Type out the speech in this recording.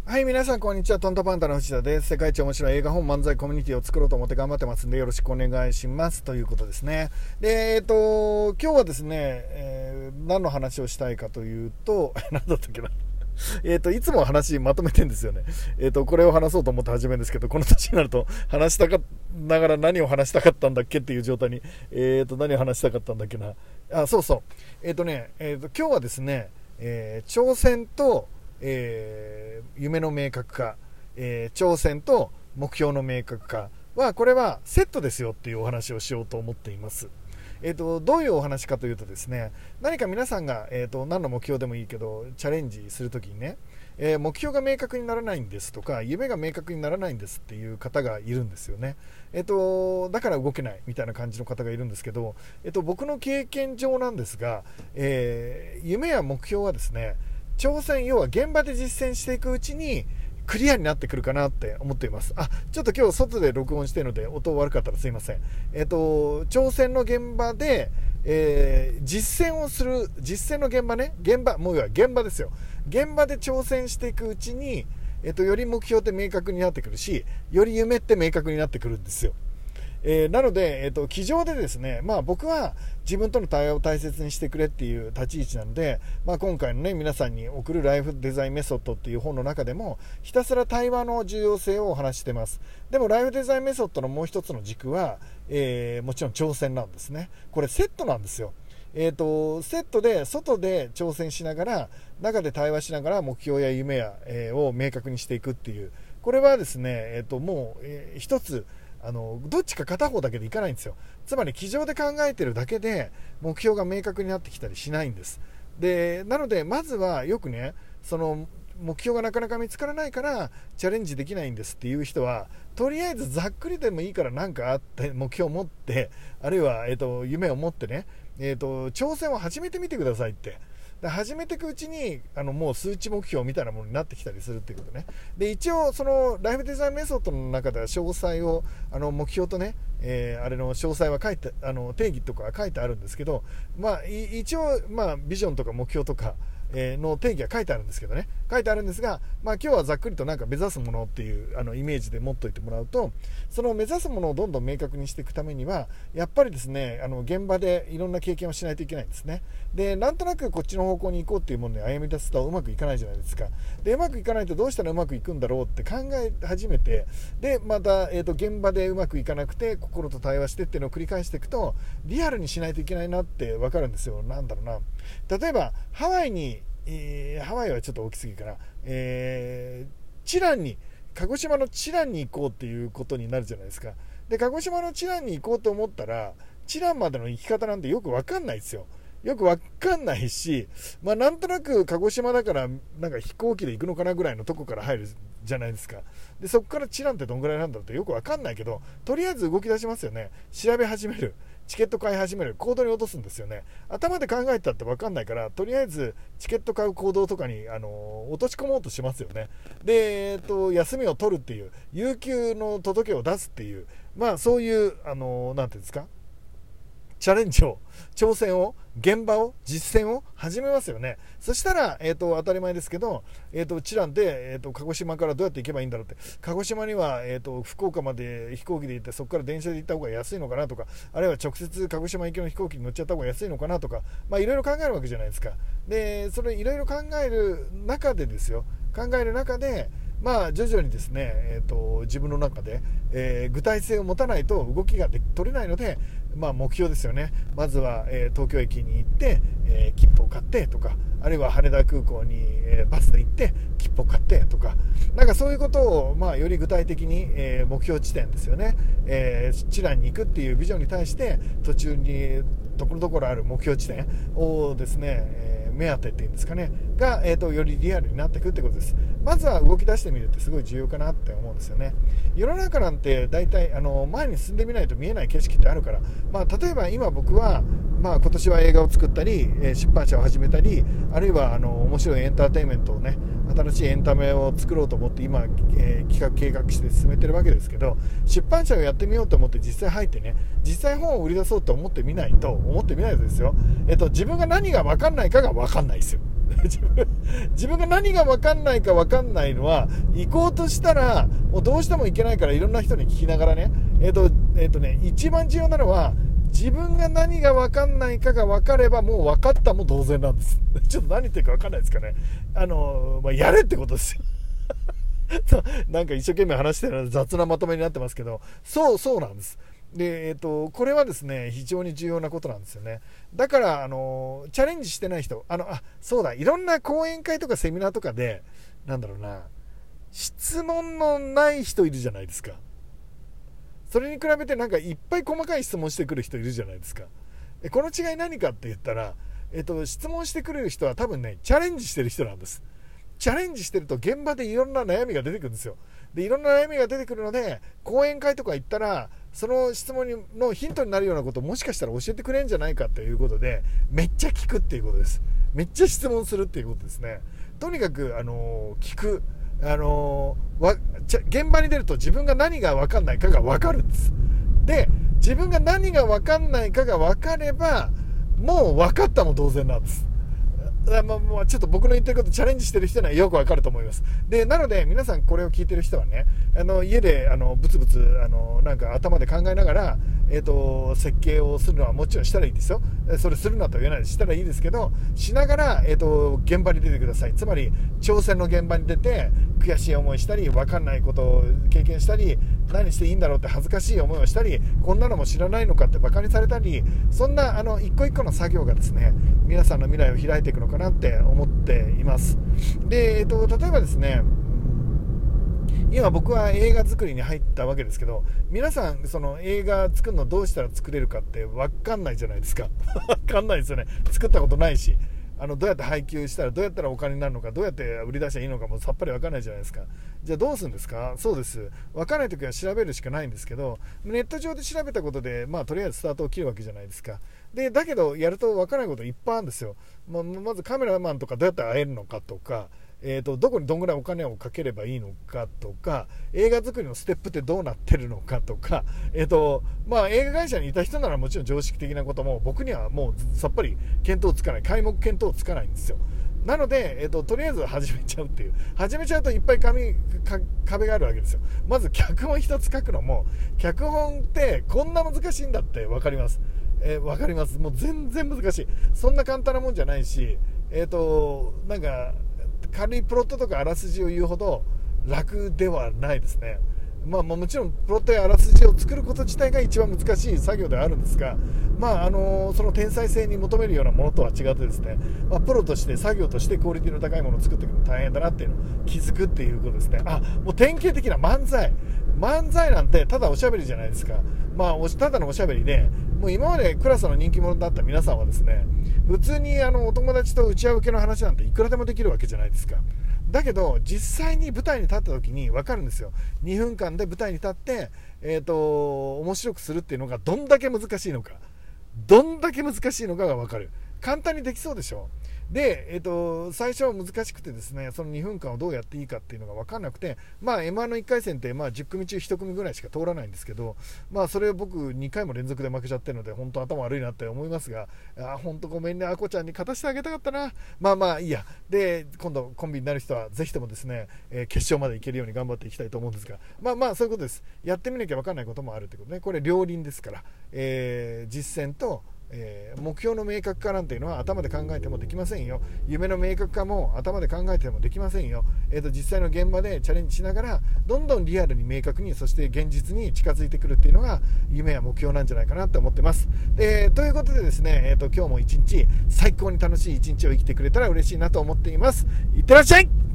はい、皆さんこんにちは。トントパンタの藤田です。世界一面白い映画本漫才コミュニティを作ろうと思って頑張ってますんで、よろしくお願いしますということですね。で、今日はですね、何の話をしたいかというと何だったっけな。いつも話まとめてんですよね。これを話そうと思って始めるんですけど、この年になると話したかながら何を話したかったんだっけっていう状態に、何を話したかったんだっけな。そうそう。今日はですね、挑戦と、夢の明確化、挑戦と目標の明確化はこれはセットですよっていうお話をしようと思っています。どういうお話かというとですね、何か皆さんが、何の目標でもいいけどチャレンジするときにね、目標が明確にならないんですとか夢が明確にならないんですっていう方がいるんですよね。だから動けないみたいな感じの方がいるんですけど、僕の経験上なんですが、夢や目標はですね、挑戦、要は現場で実践していくうちにクリアになってくるかなって思っています。ちょっと今日外で録音しているので音悪かったらすいません。挑戦の現場で、実践をする、実践の現場ね、もう要は現場ですよ。現場で挑戦していくうちに、より目標って明確になってくるし、より夢って明確になってくるんですよ。なので、机上でですね、僕は自分との対話を大切にしてくれっていう立ち位置なので、今回のね、皆さんに送るライフデザインメソッドっていう本の中でも、ひたすら対話の重要性をお話してます。でも、ライフデザインメソッドのもう一つの軸は、もちろん挑戦なんですね。これセットなんですよ。セットで外で挑戦しながら中で対話しながら目標や夢や、を明確にしていくっていう、これはですね、もう、一つどっちか片方だけでいかないんですよ。つまり机上で考えてるだけで目標が明確になってきたりしないんです。なのでまずはよくね、その目標がなかなか見つからないからチャレンジできないんですっていう人は、とりあえずざっくりでもいいから何かあって目標を持って、あるいは、夢を持ってね、挑戦を始めてみてくださいって。始めていくうちにもう数値目標みたいなものになってきたりするっていうことね。で、一応そのライフデザインメソッドの中では詳細を目標とね、あれの詳細は書いて定義とかは書いてあるんですけど、一応ビジョンとか目標とかの定義は書いてあるんですけどね、書いてあるんですが、今日はざっくりとなんか目指すものっていうイメージで持っといてもらうと、その目指すものをどんどん明確にしていくためにはやっぱりですね、現場でいろんな経験をしないといけないんですね。で、なんとなくこっちの方向に行こうっていうもので歩み出すとうまくいかないじゃないですか。で、うまくいかないとどうしたらうまくいくんだろうって考え始めて、でまた、現場でうまくいかなくて心と対話してっていうのを繰り返していくと、リアルにしないといけないなって分かるんですよ。なんだろうな、例えばハワイはちょっと大きすぎるから、鹿児島のチランに行こうっていうことになるじゃないですか。で、鹿児島のチランに行こうと思ったら、チランまでの行き方なんてよく分かんないですよ。よく分かんないし、なんとなく鹿児島だからなんか飛行機で行くのかなぐらいのとこから入るじゃないですか。で、そこからチランってどんぐらいなんだろうってよく分かんないけど、とりあえず動き出しますよね。調べ始める、チケット買い始める、行動に落とすんですよね。頭で考えたって分かんないから、とりあえずチケット買う行動とかに落とし込もうとしますよね。で、休みを取るっていう、有給の届けを出すっていう、そういうなんていうんですか、チャレンジを、挑戦を、現場を、実践を始めますよね。そしたら、当たり前ですけど、チランで、鹿児島からどうやって行けばいいんだろうって、鹿児島には、福岡まで飛行機で行って、そこから電車で行った方が安いのかなとか、あるいは直接鹿児島行きの飛行機に乗っちゃった方が安いのかなとか、いろいろ考えるわけじゃないですか。で、それいろいろ考える中でですよ、徐々にですね、自分の中で、具体性を持たないと動きが取れないので、目標ですよね。まずは、東京駅に行って、切符を買ってとか、あるいは羽田空港に、バスで行って切符を買ってとか、なんかそういうことを、より具体的に、目標地点ですよね、チランに行くっていうビジョンに対して途中にところどころある目標地点をですね、目当てっていうんですかねが、よりリアルになっていくってことです。まずは動き出してみるってすごい重要かなって思うんですよね。世の中なんて大体前に進んでみないと見えない景色ってあるから、例えば今僕は、今年は映画を作ったり、出版社を始めたり、あるいは面白いエンターテインメントをね、新しいエンタメを作ろうと思って今、企画計画して進めてるわけですけど、出版社をやってみようと思って実際入ってね、実際本を売り出そうと思ってみないとですよ、自分が何が分かんないかが分かんないですよ。 自分が何が分かんないか分かんないのは、行こうとしたらもうどうしても行けないから、いろんな人に聞きながらね、一番重要なのは、自分が何が分かんないかが分かればもう分かったも同然なんです。ちょっと何言ってるか分かんないですかね。やれってことですよ。なんか一生懸命話してるので雑なまとめになってますけど、そうなんです。で、これはですね、非常に重要なことなんですよね。だから、チャレンジしてない人、そうだ、いろんな講演会とかセミナーとかで、質問のない人いるじゃないですか。それに比べてなんかいっぱい細かい質問してくる人いるじゃないですか。この違い何かって言ったら、質問してくる人は多分ね、チャレンジしてる人なんです。チャレンジしてると現場でいろんな悩みが出てくるんですよ。で、いろんな悩みが出てくるので、講演会とか行ったら、その質問のヒントになるようなことをもしかしたら教えてくれるんじゃないかということで、めっちゃ聞くっていうことです。めっちゃ質問するっていうことですね。とにかく、聞く。現場に出ると自分が何が分かんないかが分かるんです。で、自分が何が分かんないかが分かれば、もう分かったも同然なんです。ちょっと僕の言ってることチャレンジしてる人にはよくわかると思います。で、なので皆さんこれを聞いてる人はね、家でブツブツなんか頭で考えながら、設計をするのはもちろんしたらいいですよ。それするなとは言えないです。したらいいですけど、しながら、現場に出てください。つまり挑戦の現場に出て悔しい思いしたり、分かんないことを経験したり、何していいんだろうって恥ずかしい思いをしたり、こんなのも知らないのかってバカにされたり、そんな一個一個の作業がですね、皆さんの未来を開いていくのかなって思っています。で、例えばですね、今僕は映画作りに入ったわけですけど、皆さんその映画作るのどうしたら作れるかって分かんないじゃないですか。分かんないですよね。作ったことないし、どうやって配給したらどうやったらお金になるのか、どうやって売り出したらいいのかもさっぱり分かんないじゃないですか。じゃあどうするんですか。そうです、分かんないときは調べるしかないんですけど、ネット上で調べたことでとりあえずスタートを切るわけじゃないですか。でだけどやると分からないこといっぱいあるんですよ。まずカメラマンとかどうやって会えるのかとか、どこにどんぐらいお金をかければいいのかとか、映画作りのステップってどうなってるのかとか、映画会社にいた人ならもちろん常識的なことも僕にはもうさっぱり見当つかない、皆目見当つかないんですよ。なので、とりあえず始めちゃうっていう、始めちゃうといっぱい壁があるわけですよ。まず脚本一つ書くのも、脚本ってこんな難しいんだって分かります。分かります。もう全然難しい。そんな簡単なもんじゃないし、なんか軽いプロットとかあらすじを言うほど楽ではないですね。もちろんプロットやあらすじを作ること自体が一番難しい作業ではあるんですが、その天才性に求めるようなものとは違ってですね、プロとして作業としてクオリティの高いものを作っていくの大変だなっていうのを気づくっていうことですね。もう典型的な漫才なんてただおしゃべりじゃないですか。ただのおしゃべりで、もう今までクラスの人気者だった皆さんはですね、普通にお友達と打ち合う系の話なんていくらでもできるわけじゃないですか。だけど実際に舞台に立った時に分かるんですよ。2分間で舞台に立って、面白くするっていうのがどんだけ難しいのかが分かる。簡単にできそうでしょ。で、最初は難しくてですね、その2分間をどうやっていいかっていうのが分かんなくて、M1 の1回戦って10組中1組ぐらいしか通らないんですけど、それを僕2回も連続で負けちゃってるので本当頭悪いなって思いますが、本当ごめんね、あこちゃんに勝たせてあげたかったな。いいや。で、今度コンビになる人はぜひともですね、決勝まで行けるように頑張っていきたいと思うんですが、そういうことです。やってみなきゃ分かんないこともあるってことね。これ両輪ですから、実践と目標の明確化なんていうのは頭で考えてもできませんよ。夢の明確化も頭で考えてもできませんよ。実際の現場でチャレンジしながらどんどんリアルに明確に、そして現実に近づいてくるっていうのが夢や目標なんじゃないかなと思ってます。ということでですね、今日も一日最高に楽しい一日を生きてくれたら嬉しいなと思っています。いってらっしゃい。